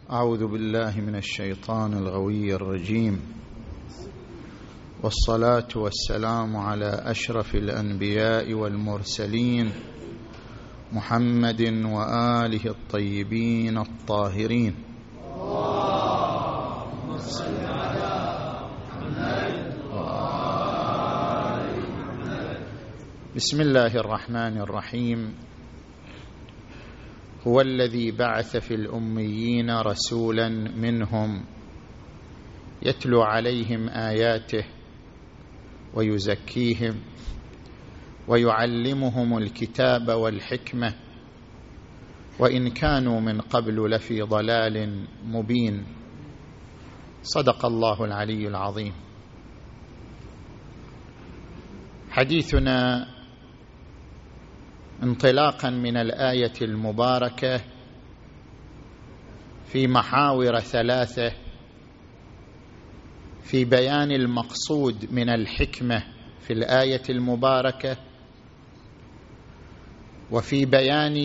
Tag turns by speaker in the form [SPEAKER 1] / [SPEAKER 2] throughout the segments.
[SPEAKER 1] أعوذ بالله من الشيطان الغوي الرجيم، والصلاة والسلام على أشرف الأنبياء والمرسلين محمد وآله الطيبين الطاهرين. اللهم صل على محمد وآل محمد. بسم الله الرحمن الرحيم. هو الذي بعث في الأميين رسولا منهم يتلو عليهم آياته ويزكيهم ويعلمهم الكتاب والحكمة وإن كانوا من قبل لفي ضلال مبين. صدق الله العلي العظيم. حديثنا انطلاقا من الآية المباركة في محاور ثلاثة في بيان المقصود من الحكمة في الآية المباركة، وفي بيان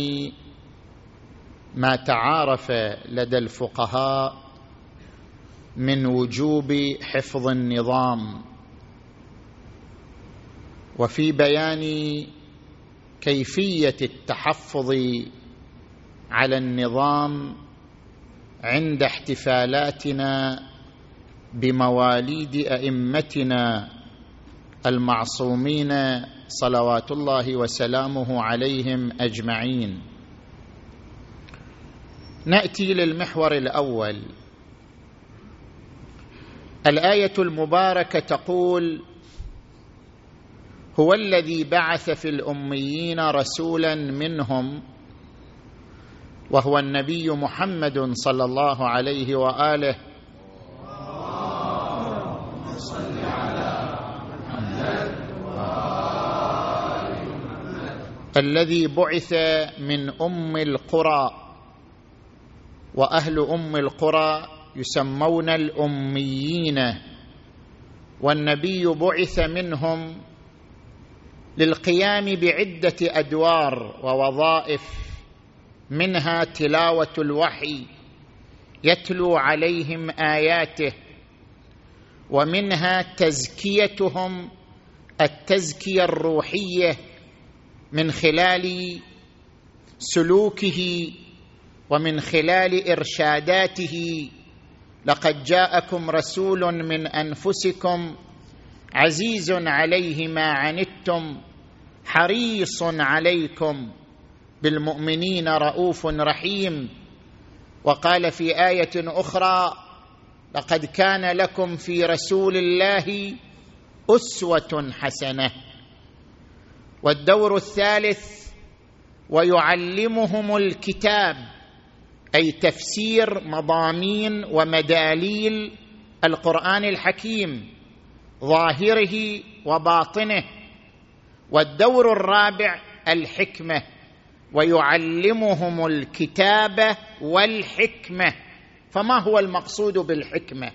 [SPEAKER 1] ما تعارف لدى الفقهاء من وجوب حفظ النظام، وفي بيان كيفية التحفظ على النظام عند احتفالاتنا بمواليد أئمتنا المعصومين صلوات الله وسلامه عليهم أجمعين. نأتي للمحور الأول. الآية المباركة تقول: هو الذي بعث في الأميين رسولا منهم، وهو النبي محمد صلى الله عليه وآله. اللهم صل على محمد وآل محمد. الذي بعث من أم القرى، وأهل أم القرى يسمون الأميين، والنبي بعث منهم للقيام بعدة أدوار ووظائف، منها تلاوة الوحي يتلو عليهم آياته، ومنها تزكيتهم التزكية الروحية من خلال سلوكه ومن خلال إرشاداته. لقد جاءكم رسول من أنفسكم عزيز عليه ما عنتم حريص عليكم بالمؤمنين رؤوف رحيم. وقال في آية أخرى: لقد كان لكم في رسول الله أسوة حسنة. والدور الثالث: ويعلمهم الكتاب، أي تفسير مضامين ومداليل القرآن الحكيم ظاهره وباطنه. والدور الرابع: الحكمة، ويعلمهم الكتاب والحكمة. فما هو المقصود بالحكمة؟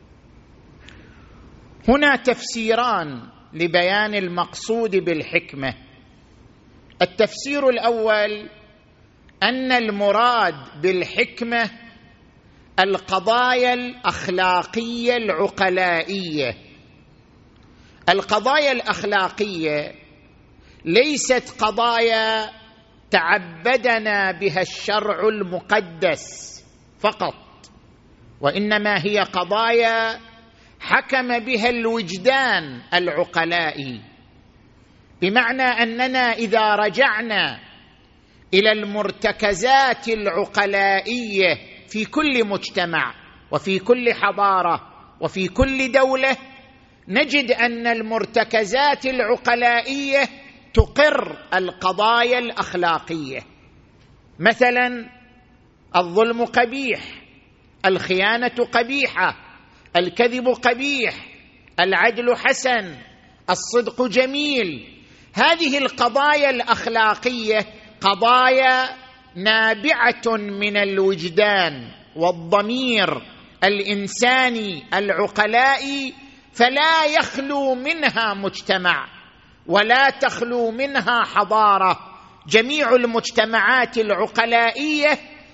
[SPEAKER 1] هنا تفسيران لبيان المقصود بالحكمة. التفسير الأول أن المراد بالحكمة القضايا الأخلاقية العقلائية. القضايا الأخلاقية ليست قضايا تعبدنا بها الشرع المقدس فقط، وإنما هي قضايا حكم بها الوجدان العقلائي، بمعنى أننا إذا رجعنا إلى المرتكزات العقلائية في كل مجتمع وفي كل حضارة وفي كل دولة، نجد أن المرتكزات العقلائية تقر القضايا الأخلاقية. مثلا: الظلم قبيح، الخيانة قبيحة، الكذب قبيح، العدل حسن، الصدق جميل. هذه القضايا الأخلاقية قضايا نابعة من الوجدان والضمير الإنساني العقلائي، فلا يخلو منها مجتمع ولا تخلو منها حضارة. جميع المجتمعات العقلائية تحكم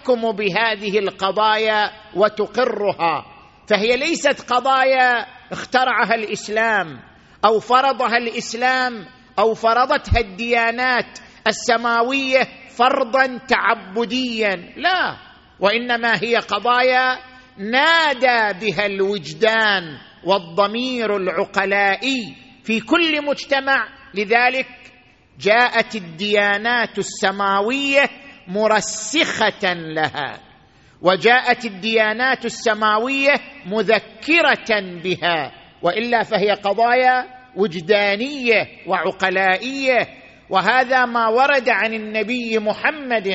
[SPEAKER 1] تحكم بهذه القضايا وتقرها، فهي ليست قضايا اخترعها الإسلام أو فرضها الإسلام أو فرضتها الديانات السماوية فرضا تعبديا، لا، وإنما هي قضايا نادى بها الوجدان والضمير العقلائي في كل مجتمع. لذلك جاءت الديانات السماوية مرسخة لها، وجاءت الديانات السماوية مذكرة بها، وإلا فهي قضايا وجدانية وعقلائية. وهذا ما ورد عن النبي محمد،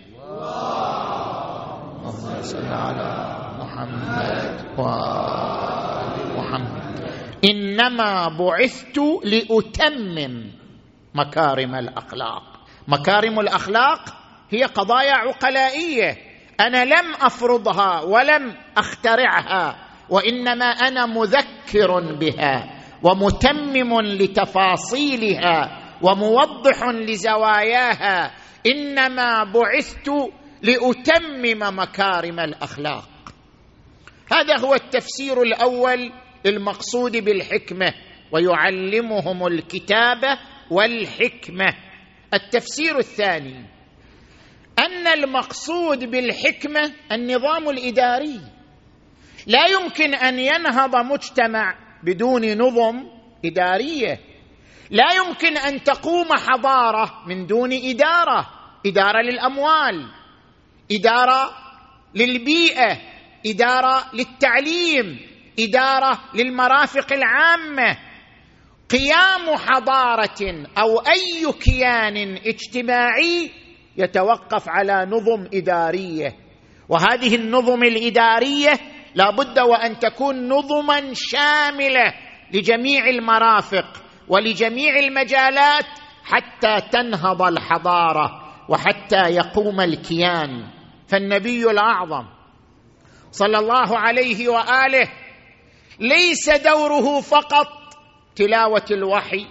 [SPEAKER 1] اللهم صل على محمد وآل محمد، إنما بعثت لأتمم مكارم الأخلاق. مكارم الأخلاق هي قضايا عقلائية، أنا لم أفرضها ولم أخترعها، وإنما أنا مذكر بها ومتمم لتفاصيلها وموضح لزواياها. إنما بعثت لأتمم مكارم الأخلاق. هذا هو التفسير الأول المقصود بالحكمة، ويعلمهم الكتاب والحكمة. التفسير الثاني أن المقصود بالحكمة النظام الإداري. لا يمكن أن ينهض مجتمع بدون نظم إدارية، لا يمكن أن تقوم حضارة من دون إدارة، إدارة للأموال، إدارة للبيئة، إدارة للتعليم، إدارة للمرافق العامة. قيام حضارة أو أي كيان اجتماعي يتوقف على نظم إدارية، وهذه النظم الإدارية لا بد وأن تكون نظما شاملة لجميع المرافق ولجميع المجالات حتى تنهض الحضارة وحتى يقوم الكيان. فالنبي الأعظم صلى الله عليه وآله ليس دوره فقط تلاوة الوحي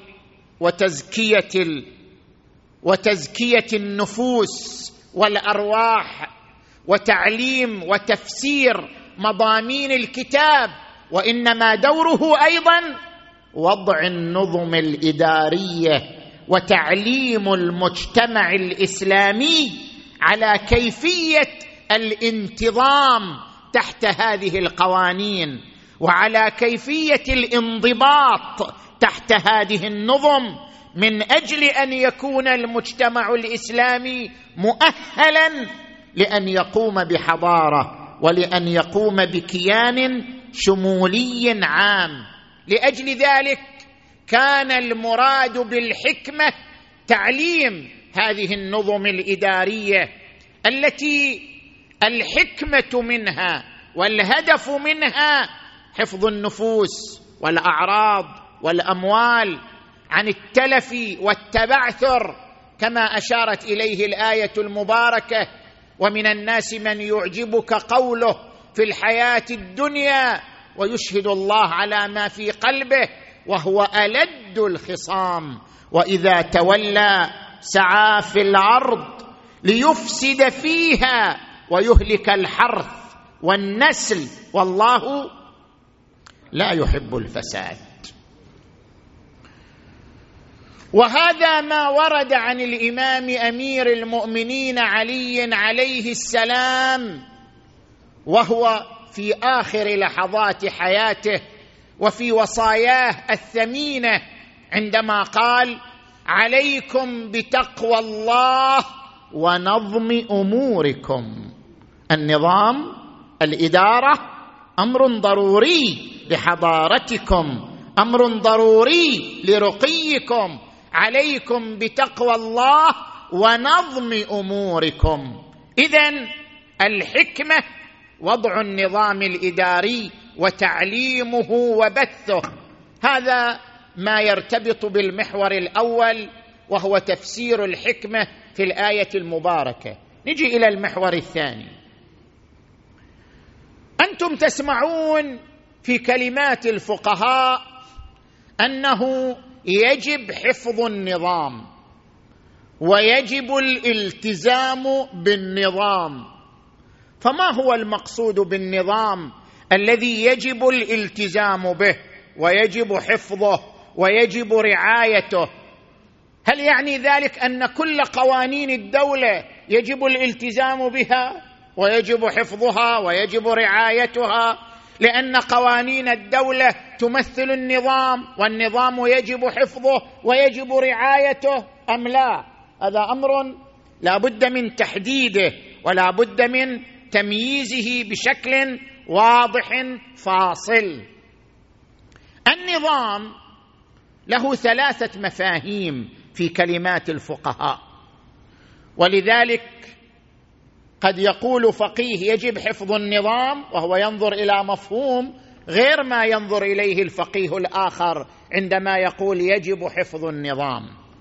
[SPEAKER 1] وتزكية النفوس والأرواح وتعليم وتفسير مضامين الكتاب، وإنما دوره أيضا وضع النظم الإدارية وتعليم المجتمع الإسلامي على كيفية الانتظام تحت هذه القوانين، وعلى كيفية الانضباط تحت هذه النظم، من أجل أن يكون المجتمع الإسلامي مؤهلا لأن يقوم بحضارة ولأن يقوم بكيان شمولي عام. لأجل ذلك كان المراد بالحكمة تعليم هذه النظم الإدارية التي الحكمة منها والهدف منها حفظ النفوس والأعراض والأموال عن التلف والتبعثر، كما أشارت إليه الآية المباركة: ومن الناس من يعجبك قوله في الحياة الدنيا ويشهد الله على ما في قلبه وهو ألد الخصام وإذا تولى سعى في الأرض ليفسد فيها ويهلك الحرث والنسل والله لا يحب الفساد. وهذا ما ورد عن الإمام أمير المؤمنين علي عليه السلام وهو في آخر لحظات حياته وفي وصاياه الثمينة، عندما قال: عليكم بتقوى الله ونظم أموركم. النظام، الإدارة أمر ضروري لحضارتكم، أمر ضروري لرقيكم. عليكم بتقوى الله ونظم أموركم. إذن الحكمة وضع النظام الإداري وتعليمه وبثه. هذا ما يرتبط بالمحور الأول وهو تفسير الحكمة في الآية المباركة. نجي إلى المحور الثاني. أنتم تسمعون في كلمات الفقهاء أنه يجب حفظ النظام ويجب الالتزام بالنظام فما هو المقصود بالنظام الذي يجب الالتزام به ويجب حفظه ويجب رعايته؟ هل يعني ذلك أن كل قوانين الدولة يجب الالتزام بها ويجب حفظها ويجب رعايتها لأن قوانين الدولة تمثل النظام والنظام يجب حفظه ويجب رعايته، أم لا؟ هذا أمر لا بد من تحديده ولا بد من تمييزه بشكل واضح فاصل. النظام له 3 مفاهيم في كلمات الفقهاء، ولذلك قد يقول فقيه يجب حفظ النظام وهو ينظر إلى مفهوم غير ما ينظر إليه الفقيه الآخر عندما يقول يجب حفظ النظام.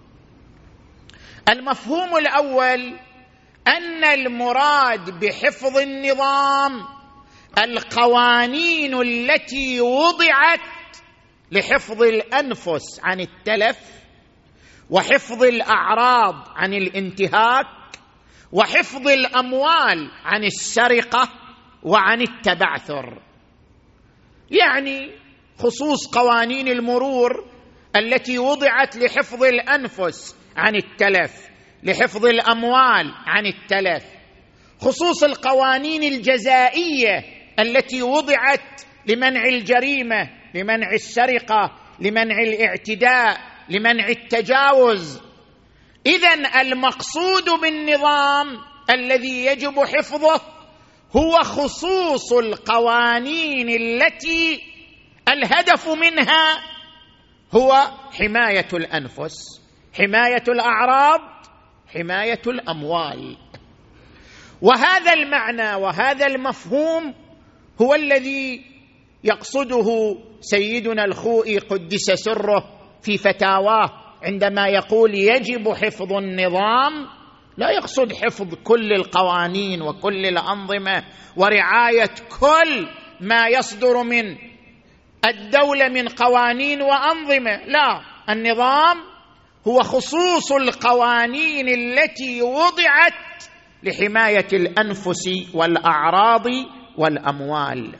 [SPEAKER 1] المفهوم الأول أن المراد بحفظ النظام القوانين التي وضعت لحفظ الأنفس عن التلف وحفظ الأعراض عن الانتهاك وحفظ الأموال عن السرقة وعن التبعثر. يعني خصوص قوانين المرور التي وضعت لحفظ الأنفس عن التلف، لحفظ الأموال عن التلف، خصوص القوانين الجزائية التي وضعت لمنع الجريمة، لمنع السرقة، لمنع الاعتداء، لمنع التجاوز. إذن المقصود بالنظام الذي يجب حفظه هو خصوص القوانين التي الهدف منها هو حماية الأنفس، حماية الأعراض، حماية الأموال. وهذا المعنى وهذا المفهوم هو الذي يقصده سيدنا الخوئي قدس سره في فتاواه عندما يقول يجب حفظ النظام. لا يقصد حفظ كل القوانين وكل الأنظمة ورعاية كل ما يصدر من الدولة من قوانين وأنظمة، لا، النظام هو خصوص القوانين التي وضعت لحماية الأنفس والأعراض والأموال.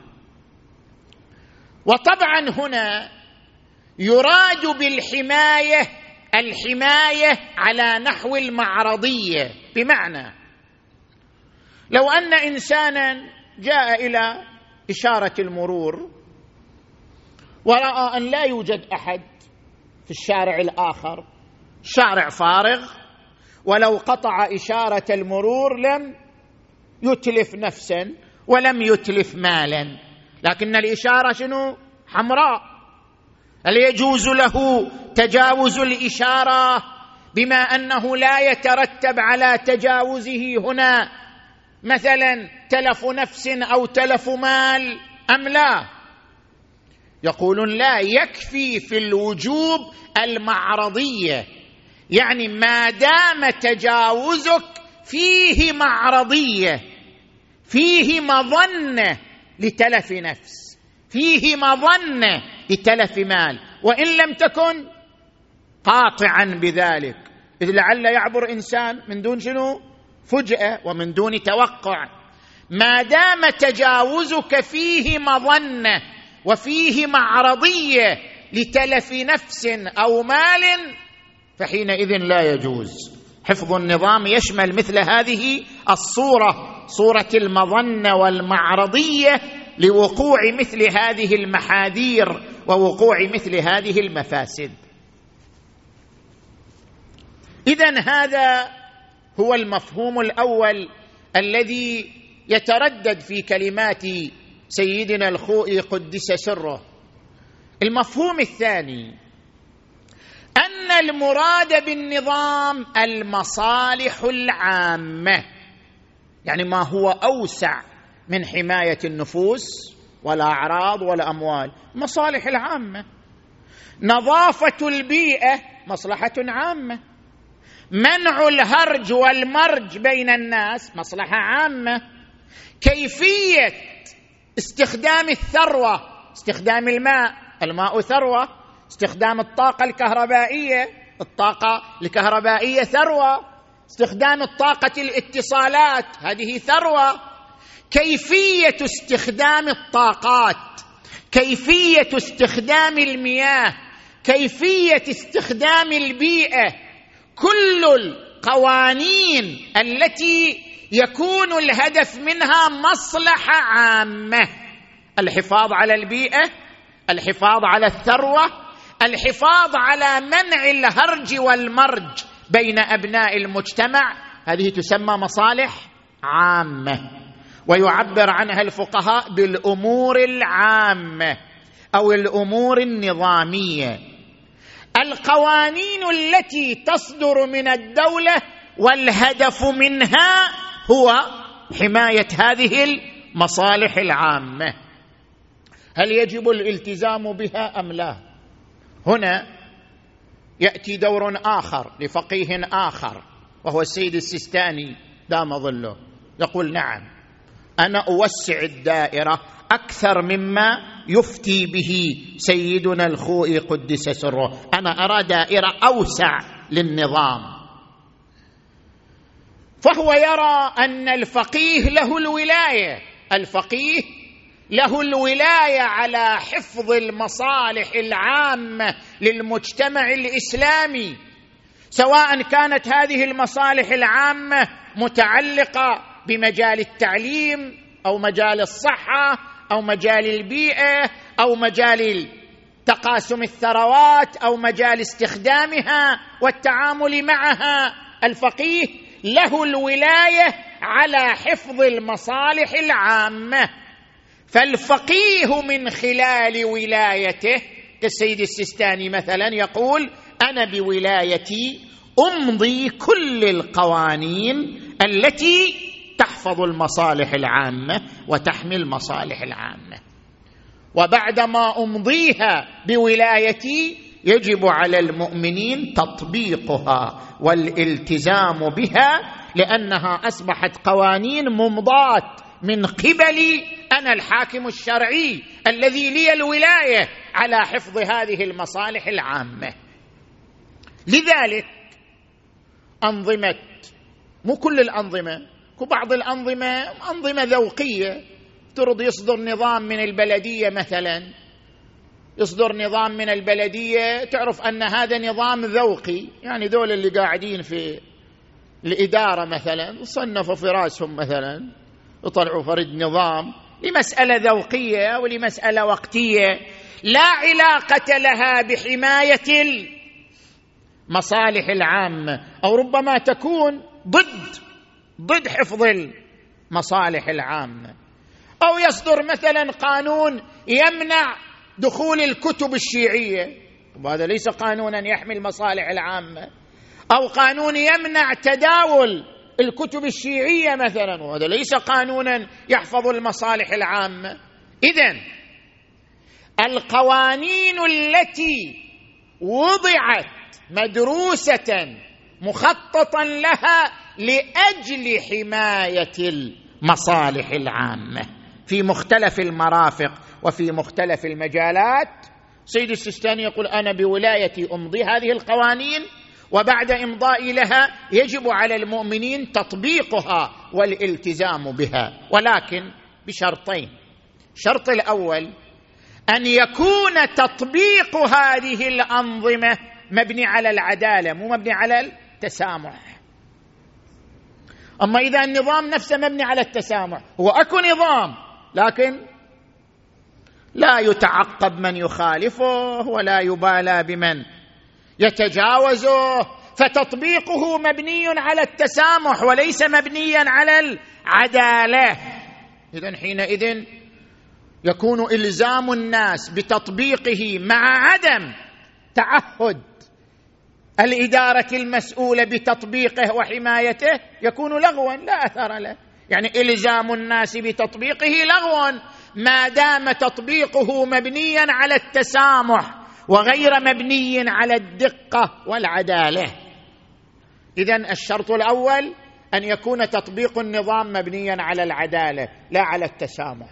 [SPEAKER 1] وطبعا هنا يراد بالحماية الحماية على نحو المعرضية، بمعنى لو أن إنسانا جاء إلى إشارة المرور ورأى أن لا يوجد أحد في الشارع الآخر، شارع فارغ، ولو قطع إشارة المرور لم يتلف نفسا ولم يتلف مالا، لكن الإشارة شنو؟ حمراء. هل يجوز له تجاوز الإشارة بما أنه لا يترتب على تجاوزه هنا مثلا تلف نفس أو تلف مال أم لا؟ يقولون لا، يكفي في الوجوب المعرضية، يعني ما دام تجاوزك فيه معرضية، فيه مظنة لتلف نفس، فيه مظنة لتلف مال، وإن لم تكن قاطعا بذلك، إذ لعل يعبر إنسان من دون شنو؟ فجأة ومن دون توقع. ما دام تجاوزك فيه مظنة وفيه معرضية لتلف نفس أو مال فحينئذ لا يجوز. حفظ النظام يشمل مثل هذه الصورة، صورة المظنة والمعرضية لوقوع مثل هذه المحاذير ووقوع مثل هذه المفاسد. إذن هذا هو المفهوم الأول الذي يتردد في كلمات سيدنا الخوئي قدس سره. المفهوم الثاني أن المراد بالنظام المصالح العامة، يعني ما هو أوسع من حماية النفوس والأعراض والأموال، مصالح العامة. نظافة البيئة مصلحة عامة، منع الهرج والمرج بين الناس مصلحة عامة، كيفية استخدام الثروة، استخدام الماء ثروة، استخدام الطاقة الكهربائية، الطاقة الكهربائية ثروة، استخدام الطاقة الاتصالات هذه ثروة، كيفية استخدام الطاقات، كيفية استخدام المياه، كيفية استخدام البيئة، كل القوانين التي يكون الهدف منها مصلحة عامة: الحفاظ على البيئة، الحفاظ على الثروة، الحفاظ على منع الهرج والمرج بين أبناء المجتمع، هذه تسمى مصالح عامة، ويعبر عنها الفقهاء بالأمور العامة أو الأمور النظامية. القوانين التي تصدر من الدولة والهدف منها هو حماية هذه المصالح العامة، هل يجب الالتزام بها أم لا؟ هنا يأتي دور آخر لفقيه آخر وهو السيد السيستاني دام ظله، يقول: نعم، أنا أوسع الدائرة أكثر مما يفتي به سيدنا الخوئي قدس سره، أنا أرى دائرة أوسع للنظام. فهو يرى أن الفقيه له الولاية، الفقيه له الولاية على حفظ المصالح العامة للمجتمع الإسلامي، سواء كانت هذه المصالح العامة متعلقة بمجال التعليم أو مجال الصحة أو مجال البيئة أو مجال تقاسم الثروات أو مجال استخدامها والتعامل معها. الفقيه له الولاية على حفظ المصالح العامة، فالفقيه من خلال ولايته كالسيد السيستاني مثلا يقول: أنا بولايتي أمضي كل القوانين التي تحفظ المصالح العامة وتحمي المصالح العامة، وبعدما أمضيها بولايتي يجب على المؤمنين تطبيقها والالتزام بها، لأنها أصبحت قوانين ممضاة من قبلي أنا الحاكم الشرعي الذي لي الولاية على حفظ هذه المصالح العامة. لذلك أنظمة، مو كل الأنظمة، بعض الأنظمة أنظمة ذوقية، ترد يصدر نظام من البلدية مثلا، يصدر نظام من البلدية، تعرف أن هذا نظام ذوقي، يعني دول اللي قاعدين في الإدارة مثلا صنفوا في راسهم مثلا يطلعوا فرد نظام لمسألة ذوقية ولمسألة وقتية لا علاقة لها بحماية المصالح العامة، أو ربما تكون ضد حفظ المصالح العامة. أو يصدر مثلا قانون يمنع دخول الكتب الشيعية، وهذا ليس قانونا يحمي المصالح العامة، أو قانون يمنع تداول الكتب الشيعية مثلا، وهذا ليس قانونا يحفظ المصالح العامة. إذن القوانين التي وضعت مدروسة مخططا لها لأجل حماية المصالح العامة في مختلف المرافق وفي مختلف المجالات، سيد السيستاني يقول: أنا بولايتي أمضي هذه القوانين، وبعد إمضائي لها يجب على المؤمنين تطبيقها والالتزام بها، ولكن بشرطين. الشرط الأول أن يكون تطبيق هذه الأنظمة مبني على العدالة، مو مبني على التسامح. أما إذا النظام نفسه مبني على التسامح، هو أكو نظام لكن لا يتعقب من يخالفه ولا يبالى بمن يتجاوزه، فتطبيقه مبني على التسامح وليس مبنيا على العدالة. إذن حينئذ يكون إلزام الناس بتطبيقه مع عدم تعهد الإدارة المسؤولة بتطبيقه وحمايته يكون لغوا لا أثر له، يعني إلزام الناس بتطبيقه لغو ما دام تطبيقه مبنيا على التسامح وغير مبني على الدقة والعدالة. إذن الشرط الأول أن يكون تطبيق النظام مبنيا على العدالة لا على التسامح.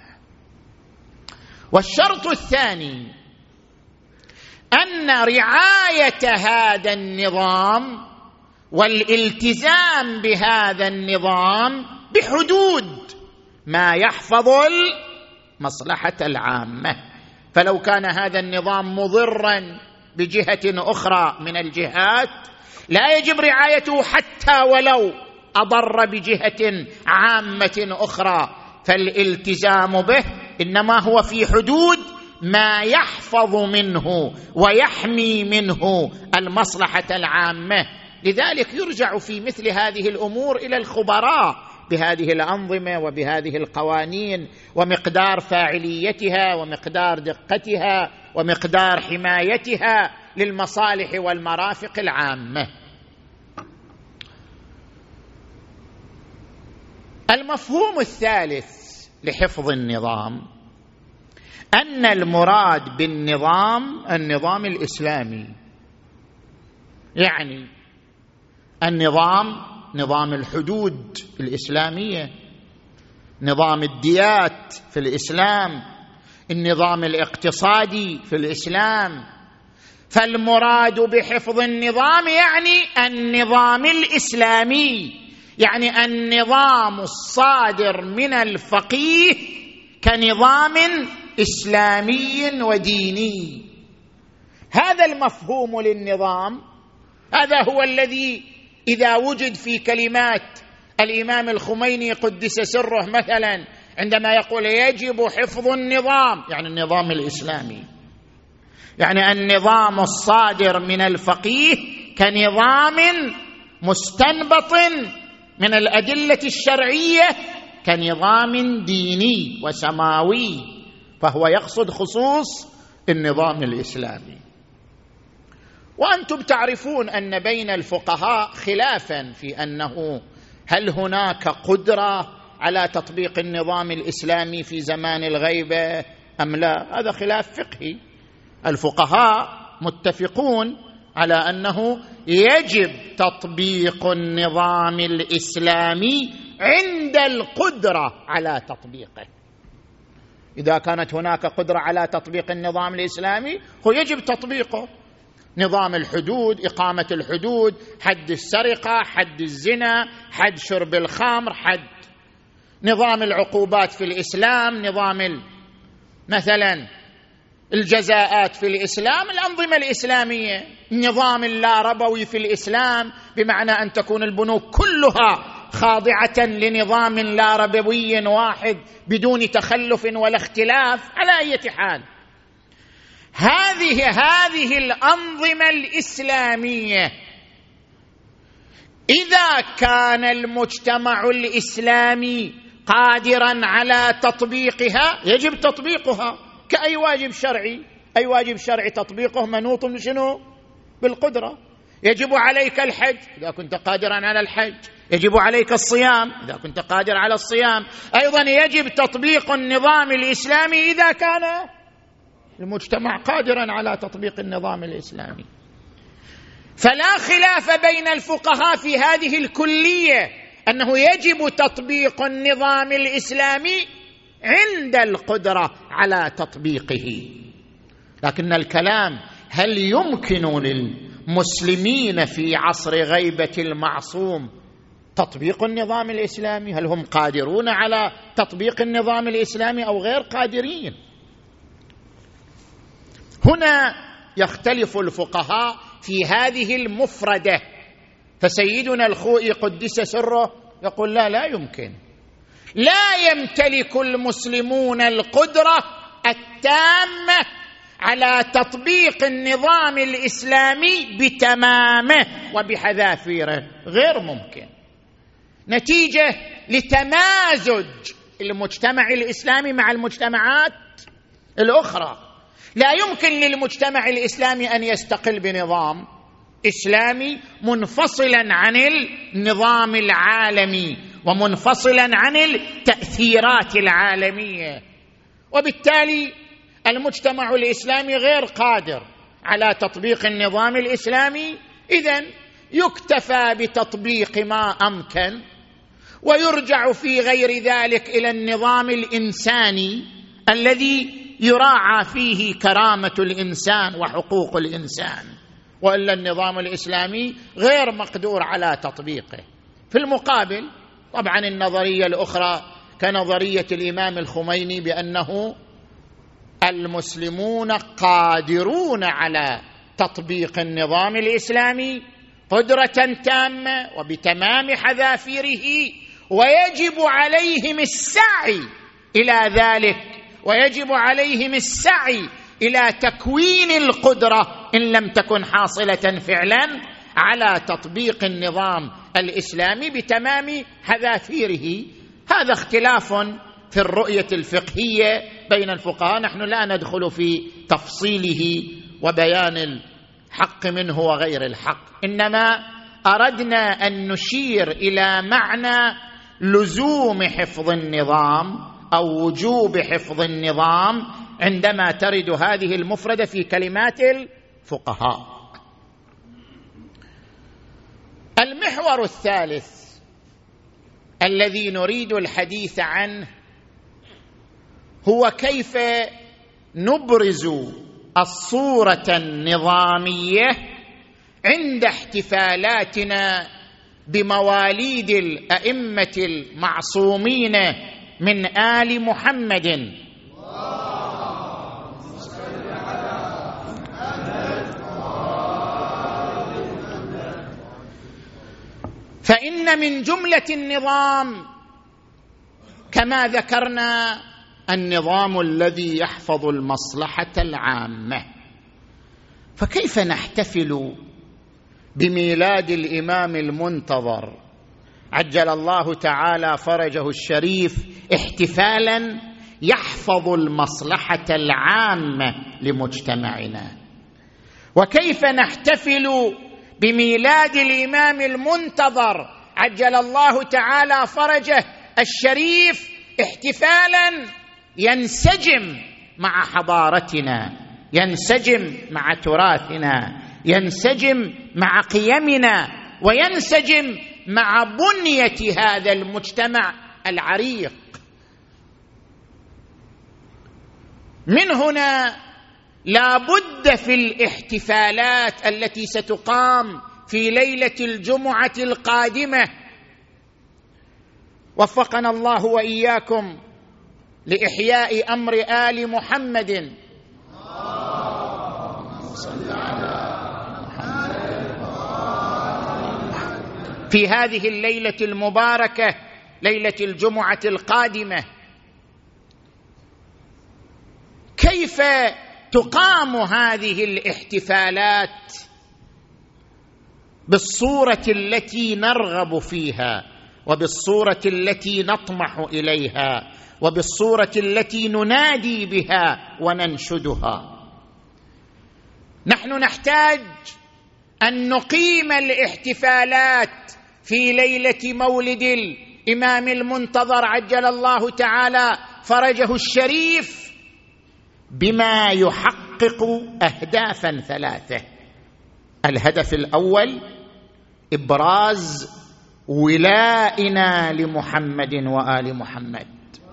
[SPEAKER 1] والشرط الثاني أن رعاية هذا النظام والالتزام بهذا النظام بحدود ما يحفظ المصلحة العامة. فلو كان هذا النظام مضرا بجهة أخرى من الجهات لا يجب رعايته حتى ولو أضر بجهة عامة أخرى، فالالتزام به إنما هو في حدود ما يحفظ منه ويحمي منه المصلحة العامة. لذلك يرجع في مثل هذه الأمور إلى الخبراء بهذه الأنظمة وبهذه القوانين، ومقدار فاعليتها ومقدار دقتها ومقدار حمايتها للمصالح والمرافق العامة. المفهوم الثالث لحفظ النظام أن المراد بالنظام النظام الإسلامي، يعني نظام الحدود الإسلامية، نظام الديات في الإسلام، النظام الاقتصادي في الإسلام. فالمراد بحفظ النظام يعني النظام الإسلامي، يعني النظام الصادر من الفقيه كنظام إسلامي وديني. هذا المفهوم للنظام، هذا هو الذي إذا وجد في كلمات الإمام الخميني قدس سره مثلا عندما يقول يجب حفظ النظام، يعني النظام الإسلامي، يعني النظام الصادر من الفقيه كنظام مستنبط من الأدلة الشرعية كنظام ديني وسماوي، فهو يقصد خصوص النظام الإسلامي. وأنتم تعرفون أن بين الفقهاء خلافا في أنه هل هناك قدرة على تطبيق النظام الإسلامي في زمان الغيبة أم لا. هذا خلاف فقهي. الفقهاء متفقون على أنه يجب تطبيق النظام الإسلامي عند القدرة على تطبيقه. إذا كانت هناك قدرة على تطبيق النظام الإسلامي هو يجب تطبيقه. نظام الحدود، إقامة الحدود، حد السرقة، حد الزنا، حد شرب الخمر، حد نظام العقوبات في الإسلام، نظام مثلا الجزاءات في الإسلام، الأنظمة الإسلامية، النظام اللاربوي في الإسلام بمعنى أن تكون البنوك كلها خاضعة لنظام لاربوي واحد بدون تخلف ولا اختلاف. على أي حال هذه الأنظمة الإسلامية إذا كان المجتمع الإسلامي قادرا على تطبيقها يجب تطبيقها كأي واجب شرعي. أي واجب شرعي تطبيقه منوط بشنو؟ بالقدرة. يجب عليك الحج إذا كنت قادرا على الحج، يجب عليك الصيام إذا كنت قادر على الصيام. أيضا يجب تطبيق النظام الإسلامي إذا كان المجتمع قادرا على تطبيق النظام الإسلامي. فلا خلاف بين الفقهاء في هذه الكلية أنه يجب تطبيق النظام الإسلامي عند القدرة على تطبيقه. لكن الكلام هل يمكن للمسلمين في عصر غيبة المعصوم تطبيق النظام الإسلامي؟ هل هم قادرون على تطبيق النظام الإسلامي أو غير قادرين؟ هنا يختلف الفقهاء في هذه المفردة. فسيدنا الخوئي قدس سره يقول لا يمكن، لا يمتلك المسلمون القدرة التامة على تطبيق النظام الإسلامي بتمامه وبحذافيره، غير ممكن، نتيجة لتمازج المجتمع الإسلامي مع المجتمعات الأخرى. لا يمكن للمجتمع الإسلامي أن يستقل بنظام إسلامي منفصلا عن النظام العالمي ومنفصلا عن التأثيرات العالمية، وبالتالي المجتمع الإسلامي غير قادر على تطبيق النظام الإسلامي. إذن يكتفى بتطبيق ما أمكن، ويرجع في غير ذلك إلى النظام الإنساني الذي يراعى فيه كرامة الإنسان وحقوق الإنسان، وإلا النظام الإسلامي غير مقدور على تطبيقه. في المقابل طبعا النظرية الأخرى كنظرية الإمام الخميني بأنه المسلمون قادرون على تطبيق النظام الإسلامي قدرة تامة وبتمام حذافيره، ويجب عليهم السعي إلى ذلك، ويجب عليهم السعي إلى تكوين القدرة إن لم تكن حاصلة فعلا على تطبيق النظام الإسلامي بتمام حذافيره. هذا اختلاف في الرؤية الفقهية بين الفقهاء، نحن لا ندخل في تفصيله وبيان الحق منه وغير الحق، إنما أردنا أن نشير إلى معنى لزوم حفظ النظام أو وجوب حفظ النظام عندما ترد هذه المفردة في كلمات الفقهاء. المحور الثالث الذي نريد الحديث عنه هو كيف نبرز الصورة النظامية عند احتفالاتنا بمواليد الأئمة المعصومين من آل محمد. فإن من جملة النظام كما ذكرنا النظام الذي يحفظ المصلحة العامة، فكيف نحتفل بميلاد الإمام المنتظر عجل الله تعالى فرجه الشريف احتفالا يحفظ المصلحة العامة لمجتمعنا؟ وكيف نحتفل بميلاد الإمام المنتظر عجل الله تعالى فرجه الشريف احتفالا ينسجم مع حضارتنا، ينسجم مع تراثنا، ينسجم مع قيمنا، وينسجم مع بنية هذا المجتمع العريق؟ من هنا لا بد في الاحتفالات التي ستقام في ليلة الجمعة القادمة، وفقنا الله وإياكم لإحياء أمر آل محمد، في هذه الليلة المباركة ليلة الجمعة القادمة. كيف تقام هذه الاحتفالات بالصورة التي نرغب فيها، وبالصورة التي نطمح إليها، وبالصورة التي ننادي بها وننشدها؟ نحن نحتاج أن نقيم الاحتفالات في ليلة مولد الإمام المنتظر عجل الله تعالى فرجه الشريف بما يحقق أهدافا ثلاثة. الهدف الأول إبراز ولائنا لمحمد وآل محمد،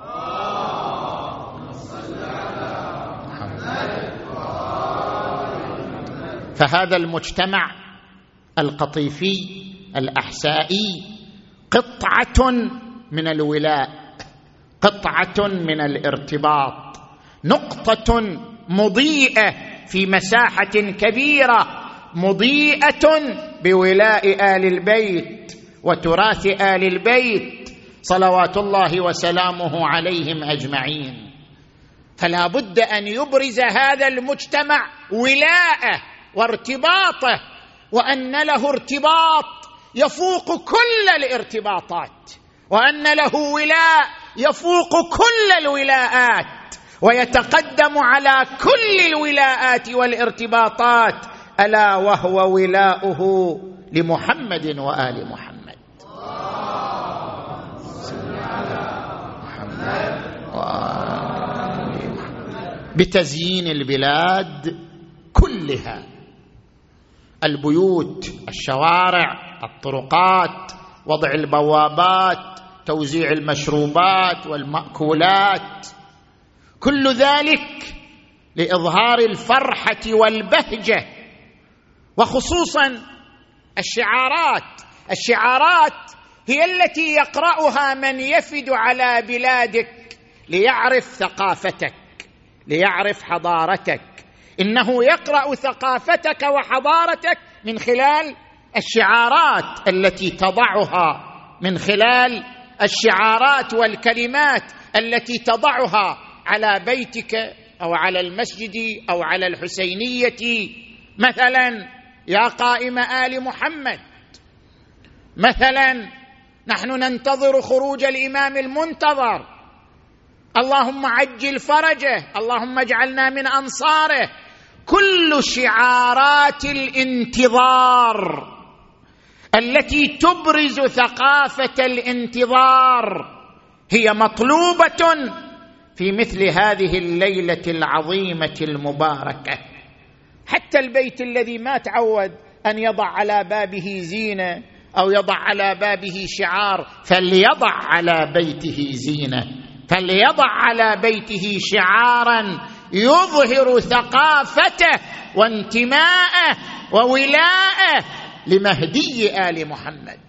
[SPEAKER 1] فهذا المجتمع القطيفي الأحسائي قطعة من الولاء، قطعة من الارتباط، نقطة مضيئة في مساحة كبيرة، مضيئة بولاء آل البيت وتراث آل البيت صلوات الله وسلامه عليهم أجمعين. فلا بد أن يبرز هذا المجتمع ولاءه وارتباطه، وأن له ارتباط يفوق كل الارتباطات، وأن له ولاء يفوق كل الولاءات ويتقدم على كل الولاءات والارتباطات، ألا وهو ولاؤه لمحمد وآل محمد. بتزيين البلاد كلها، البيوت، الشوارع، الطرقات، وضع البوابات، توزيع المشروبات والمأكولات، كل ذلك لإظهار الفرحة والبهجة. وخصوصا الشعارات هي التي يقرأها من يفد على بلادك ليعرف ثقافتك، ليعرف حضارتك. إنه يقرأ ثقافتك وحضارتك من خلال الشعارات التي تضعها، من خلال الشعارات والكلمات التي تضعها على بيتك أو على المسجد أو على الحسينية. مثلا يا قائم آل محمد، مثلا نحن ننتظر خروج الإمام المنتظر، اللهم عجل فرجه، اللهم اجعلنا من أنصاره. كل شعارات الانتظار التي تبرز ثقافة الانتظار هي مطلوبة في مثل هذه الليلة العظيمة المباركة. حتى البيت الذي ما تعود أن يضع على بابه زينة أو يضع على بابه شعار، فليضع على بيته زينة، فليضع على بيته شعارا يظهر ثقافته وانتماءه وولاءه لمهدي آل محمد.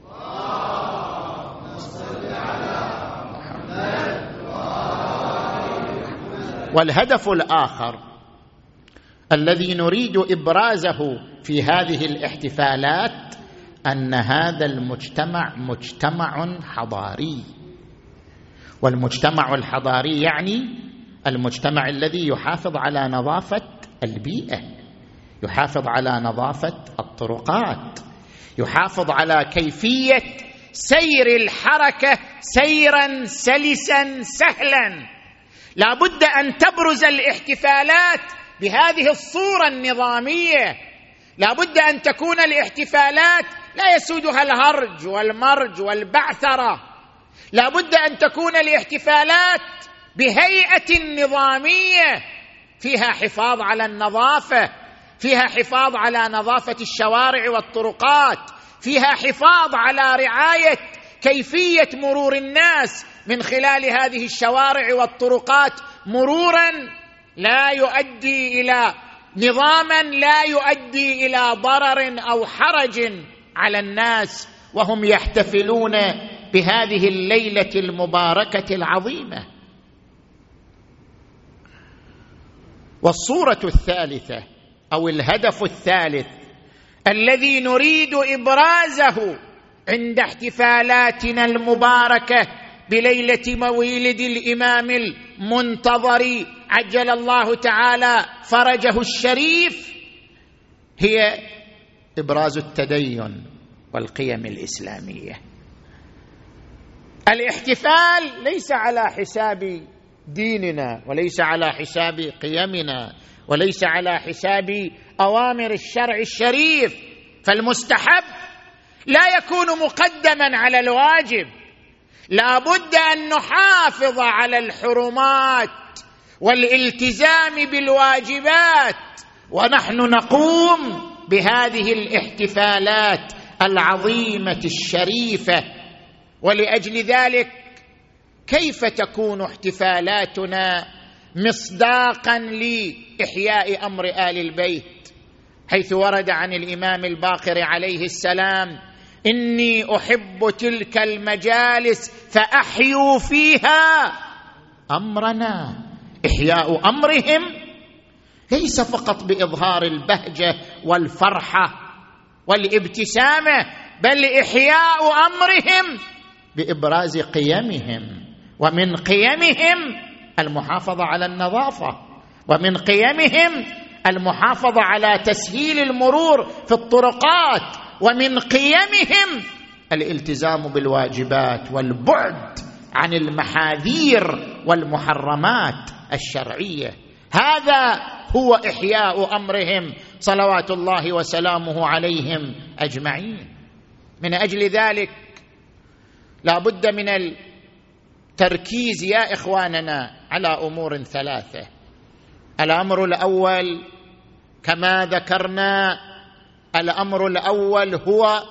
[SPEAKER 1] والهدف الآخر الذي نريد إبرازه في هذه الاحتفالات أن هذا المجتمع مجتمع حضاري، والمجتمع الحضاري يعني المجتمع الذي يحافظ على نظافة البيئة، يحافظ على نظافة الطرقات، يحافظ على كيفية سير الحركة سيرا سلسا سهلا. لا بد أن تبرز الاحتفالات بهذه الصورة النظامية، لا بد أن تكون الاحتفالات لا يسودها الهرج والمرج والبعثرة، لا بد أن تكون الاحتفالات بهيئة نظامية فيها حفاظ على النظافة، فيها حفاظ على نظافة الشوارع والطرقات، فيها حفاظ على رعاية كيفية مرور الناس من خلال هذه الشوارع والطرقات، مرورا لا يؤدي إلى نظاما لا يؤدي إلى ضرر أو حرج على الناس وهم يحتفلون بهذه الليلة المباركة العظيمة. والصورة الثالثة أو الهدف الثالث الذي نريد إبرازه عند احتفالاتنا المباركة بليلة مولد الإمام المنتظر عجل الله تعالى فرجه الشريف هي إبراز التدين والقيم الإسلامية. الاحتفال ليس على حساب ديننا، وليس على حساب قيمنا، وليس على حساب أوامر الشرع الشريف، فالمستحب لا يكون مقدما على الواجب. لا بد أن نحافظ على الحرمات والالتزام بالواجبات ونحن نقوم بهذه الاحتفالات العظيمة الشريفة. ولأجل ذلك كيف تكون احتفالاتنا مصداقا لإحياء أمر آل البيت، حيث ورد عن الإمام الباقر عليه السلام: إني أحب تلك المجالس فأحيوا فيها أمرنا. إحياء أمرهم ليس فقط بإظهار البهجة والفرحة والابتسامة، بل إحياء أمرهم بإبراز قيمهم، ومن قيمهم المحافظة على النظافة، ومن قيمهم المحافظة على تسهيل المرور في الطرقات، ومن قيمهم الالتزام بالواجبات والبعد عن المحاذير والمحرمات الشرعية. هذا هو إحياء أمرهم صلوات الله وسلامه عليهم أجمعين. من أجل ذلك لا بد من التركيز يا إخواننا على أمور ثلاثة. الأمر الأول كما ذكرنا، الأمر الأول هو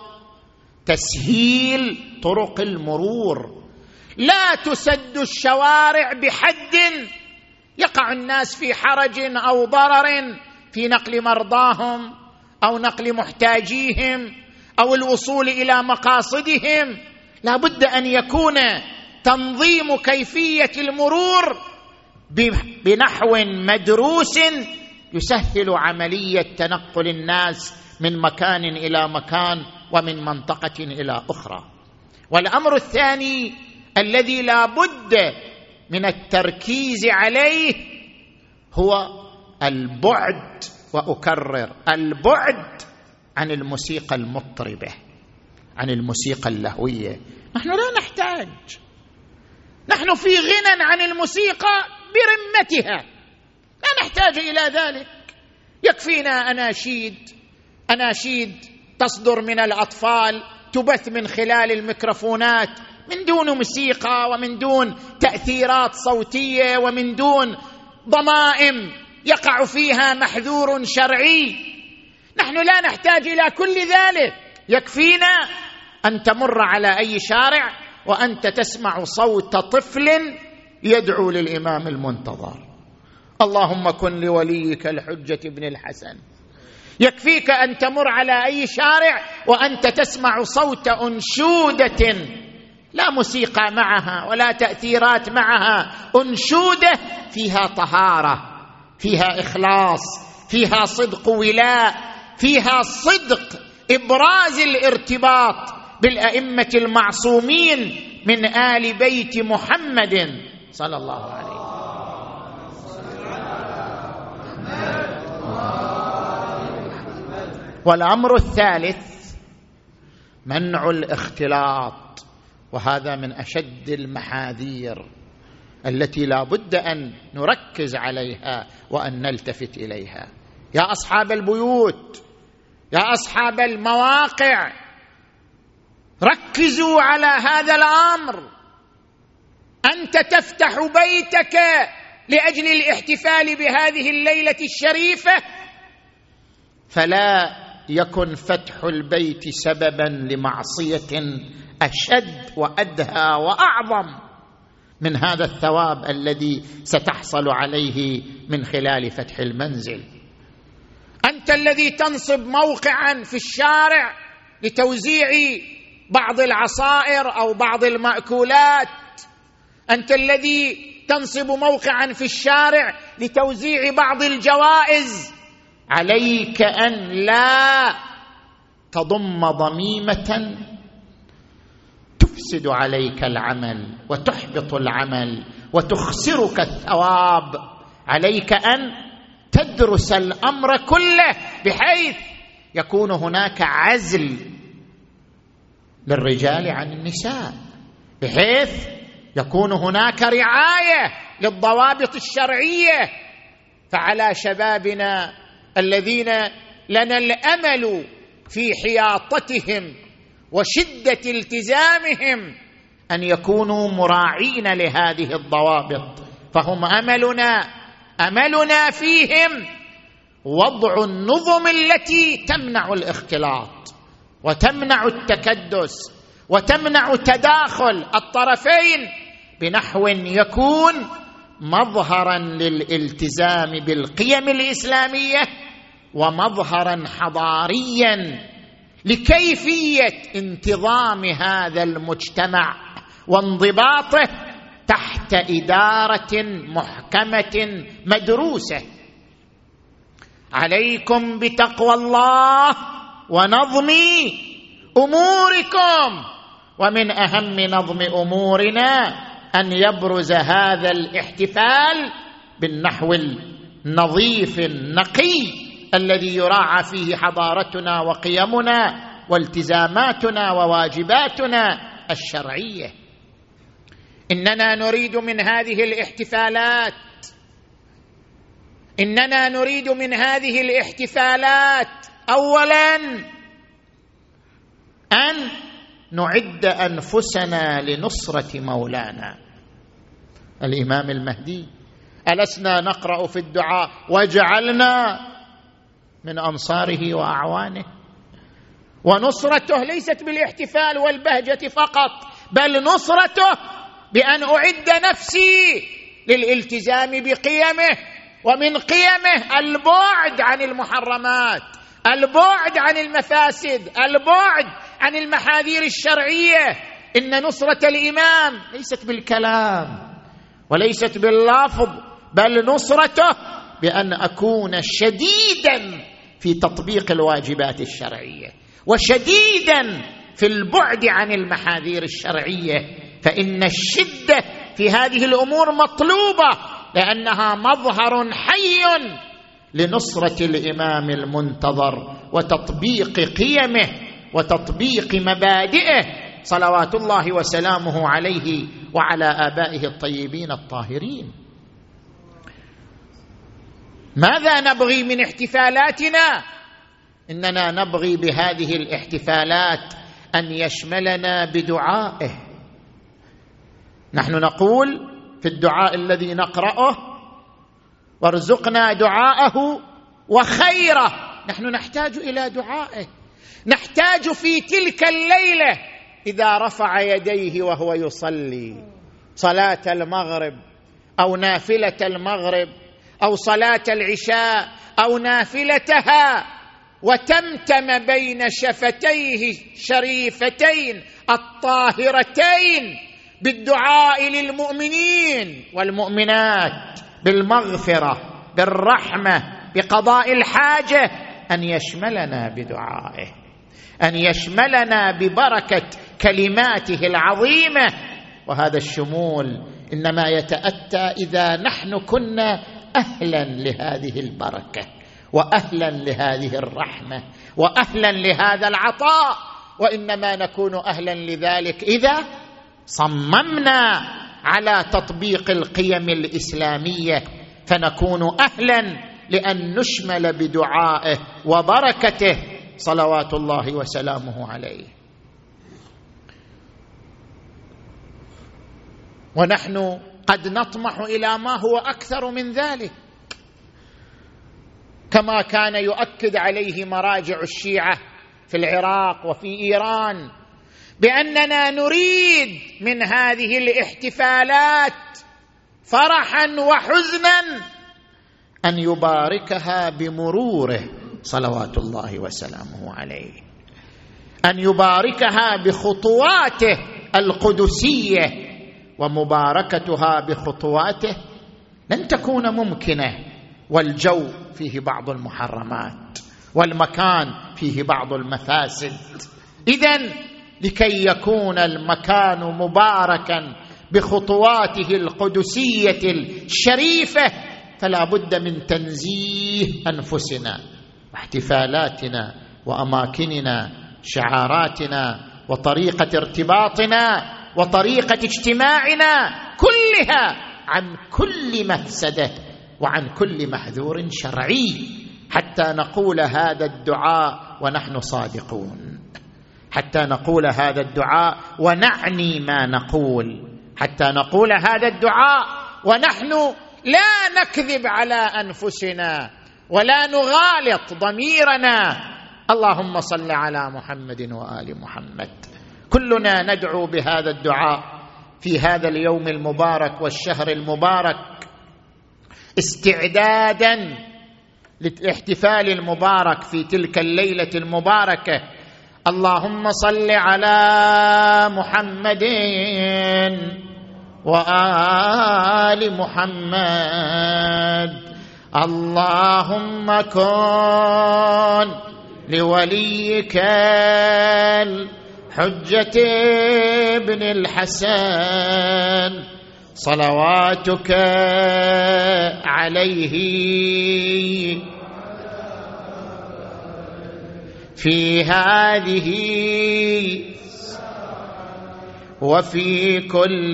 [SPEAKER 1] تسهيل طرق المرور. لا تسد الشوارع بحد يقع الناس في حرج أو ضرر في نقل مرضاهم أو نقل محتاجيهم أو الوصول إلى مقاصدهم. لا بد أن يكون تنظيم كيفية المرور بنحو مدروس يسهل عملية تنقل الناس من مكان إلى مكان ومن منطقة إلى أخرى. والأمر الثاني الذي لا بد من التركيز عليه هو البعد، وأكرر البعد عن الموسيقى المطربة، عن الموسيقى اللهوية. نحن لا نحتاج، نحن في غنى عن الموسيقى برمتها، لا نحتاج إلى ذلك. يكفينا أناشيد تصدر من الأطفال، تبث من خلال الميكروفونات من دون موسيقى ومن دون تأثيرات صوتية ومن دون ضمائم يقع فيها محذور شرعي. نحن لا نحتاج إلى كل ذلك، يكفينا أن تمر على أي شارع وأنت تسمع صوت طفل يدعو للإمام المنتظر: اللهم كن لوليك الحجة ابن الحسن. يكفيك أن تمر على أي شارع وأنت تسمع صوت أنشودة لا موسيقى معها ولا تأثيرات معها، أنشودة فيها طهارة، فيها إخلاص، فيها صدق ولاء، فيها صدق إبراز الارتباط بالأئمة المعصومين من آل بيت محمد صلى الله عليه وسلم. والأمر الثالث منع الاختلاط، وهذا من أشد المحاذير التي لا بد أن نركز عليها وأن نلتفت إليها. يا أصحاب البيوت، يا أصحاب المواقع، ركزوا على هذا الأمر. أنت تفتح بيتك لأجل الاحتفال بهذه الليلة الشريفة، فلا يكن فتح البيت سببا لمعصية أشد وأدهى وأعظم من هذا الثواب الذي ستحصل عليه من خلال فتح المنزل. أنت الذي تنصب موقعا في الشارع لتوزيع بعض العصائر أو بعض المأكولات، أنت الذي تنصب موقعا في الشارع لتوزيع بعض الجوائز، عليك أن لا تضم ضميمة تفسد عليك العمل وتحبط العمل وتخسرك الثواب. عليك أن تدرس الأمر كله بحيث يكون هناك عزل للرجال عن النساء، بحيث يكون هناك رعاية للضوابط الشرعية. فعلى شبابنا الذين لنا الأمل في حياطتهم وشدة التزامهم أن يكونوا مراعين لهذه الضوابط، فهم أملنا فيهم وضع النظم التي تمنع الاختلاط وتمنع التكدس وتمنع تداخل الطرفين بنحو يكون مظهرا للالتزام بالقيم الإسلامية ومظهرا حضاريا لكيفية انتظام هذا المجتمع وانضباطه تحت إدارة محكمة مدروسة. عليكم بتقوى الله ونظم أموركم، ومن أهم نظم أمورنا أن يبرز هذا الاحتفال بالنحو النظيف النقي الذي يراعى فيه حضارتنا وقيمنا والتزاماتنا وواجباتنا الشرعية. إننا نريد من هذه الاحتفالات أولا أن نعد أنفسنا لنصرة مولانا الإمام المهدي. ألسنا نقرأ في الدعاء واجعلنا من أنصاره وأعوانه؟ ونصرته ليست بالاحتفال والبهجة فقط، بل نصرته بأن أعد نفسي للالتزام بقيمه، ومن قيمه البعد عن المحرمات، البعد عن المفاسد، البعد عن المحاذير الشرعية، إن نصرة الإمام ليست بالكلام وليست باللفظ، بل نصرته بأن أكون شديدا في تطبيق الواجبات الشرعية وشديدا في البعد عن المحاذير الشرعية، فإن الشدة في هذه الأمور مطلوبة لأنها مظهر حي لنصرة الإمام المنتظر وتطبيق قيمه وتطبيق مبادئه صلوات الله وسلامه عليه وعلى آبائه الطيبين الطاهرين. ماذا نبغي من احتفالاتنا؟ إننا نبغي بهذه الاحتفالات أن يشملنا بدعائه. نحن نقول في الدعاء الذي نقرأه: وارزقنا دعاءه وخيره. نحن نحتاج إلى دعائه، نحتاج في تلك الليلة إذا رفع يديه وهو يصلي صلاة المغرب أو نافلة المغرب أو صلاة العشاء أو نافلتها، وتمتم بين شفتيه الشريفتين الطاهرتين بالدعاء للمؤمنين والمؤمنات بالمغفرة بالرحمة بقضاء الحاجة، أن يشملنا بدعائه، أن يشملنا ببركة كلماته العظيمة. وهذا الشمول إنما يتأتى إذا نحن كنا أهلا لهذه البركة وأهلا لهذه الرحمة وأهلا لهذا العطاء، وإنما نكون أهلا لذلك إذا صممنا على تطبيق القيم الإسلامية، فنكون أهلا لأن نشمل بدعائه وبركته صلوات الله وسلامه عليه. ونحن قد نطمح إلى ما هو أكثر من ذلك، كما كان يؤكد عليه مراجع الشيعة في العراق وفي إيران، بأننا نريد من هذه الاحتفالات فرحا وحزنا أن يباركها بمروره صلوات الله وسلامه عليه، أن يباركها بخطواته القدسية، ومباركتها بخطواته لن تكون ممكنة والجو فيه بعض المحرمات والمكان فيه بعض المفاسد. إذن لكي يكون المكان مباركا بخطواته القدسية الشريفة فلا بد من تنزيه أنفسنا واحتفالاتنا وأماكننا شعاراتنا وطريقة ارتباطنا وطريقة اجتماعنا كلها عن كل مفسدة وعن كل محذور شرعي، حتى نقول هذا الدعاء ونحن صادقون، حتى نقول هذا الدعاء ونعني ما نقول، حتى نقول هذا الدعاء ونحن لا نكذب على أنفسنا ولا نغالط ضميرنا. اللهم صل على محمد وآل محمد. كلنا ندعو بهذا الدعاء في هذا اليوم المبارك والشهر المبارك استعدادا للاحتفال المبارك في تلك الليلة المباركة. اللهم صل على محمد وآل محمد. اللهم كن لوليك الحجة ابن الحسن صلواتك عليه في هذه وفي كل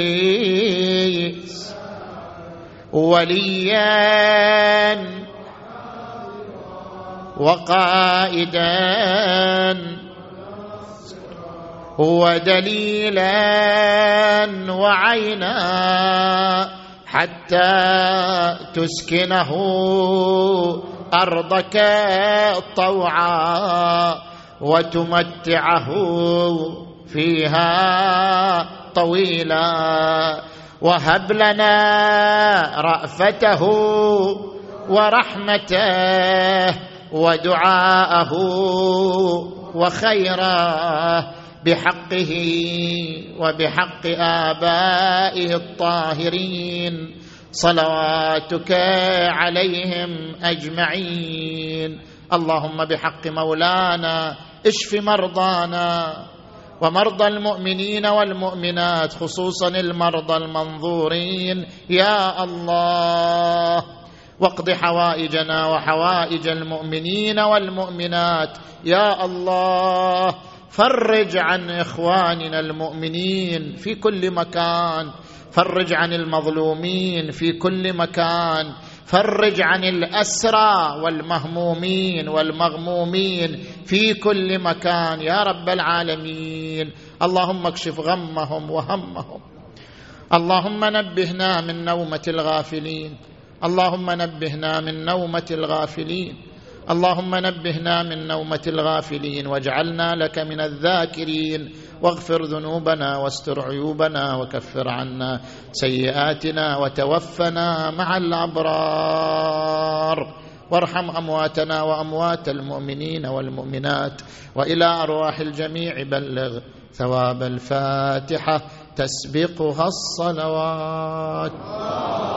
[SPEAKER 1] وليا وقائدا ودليلا وعينا حتى تسكنه أرضك طوعا وتمتعه فيها طويلا، وهب لنا رأفته ورحمته ودعاءه وخيره بحقه وبحق آبائه الطاهرين صلواتك عليهم أجمعين. اللهم بحق مولانا اشف مرضانا ومرضى المؤمنين والمؤمنات، خصوصا المرضى المنظورين يا الله، واقض حوائجنا وحوائج المؤمنين والمؤمنات يا الله. فرج عن إخواننا المؤمنين في كل مكان، فرج عن المظلومين في كل مكان، فرج عن الأسرى والمهمومين والمغمومين في كل مكان يا رب العالمين. اللهم اكشف غمهم وهمهم. اللهم نبهنا من نومة الغافلين، اللهم نبهنا من نومة الغافلين، اللهم نبهنا من نومة الغافلين، واجعلنا لك من الذاكرين، واغفر ذنوبنا واستر عيوبنا وكفر عنا سيئاتنا وتوفنا مع الأبرار، وارحم أمواتنا وأموات المؤمنين والمؤمنات، وإلى أرواح الجميع بلغ ثواب الفاتحة تسبقها الصلوات.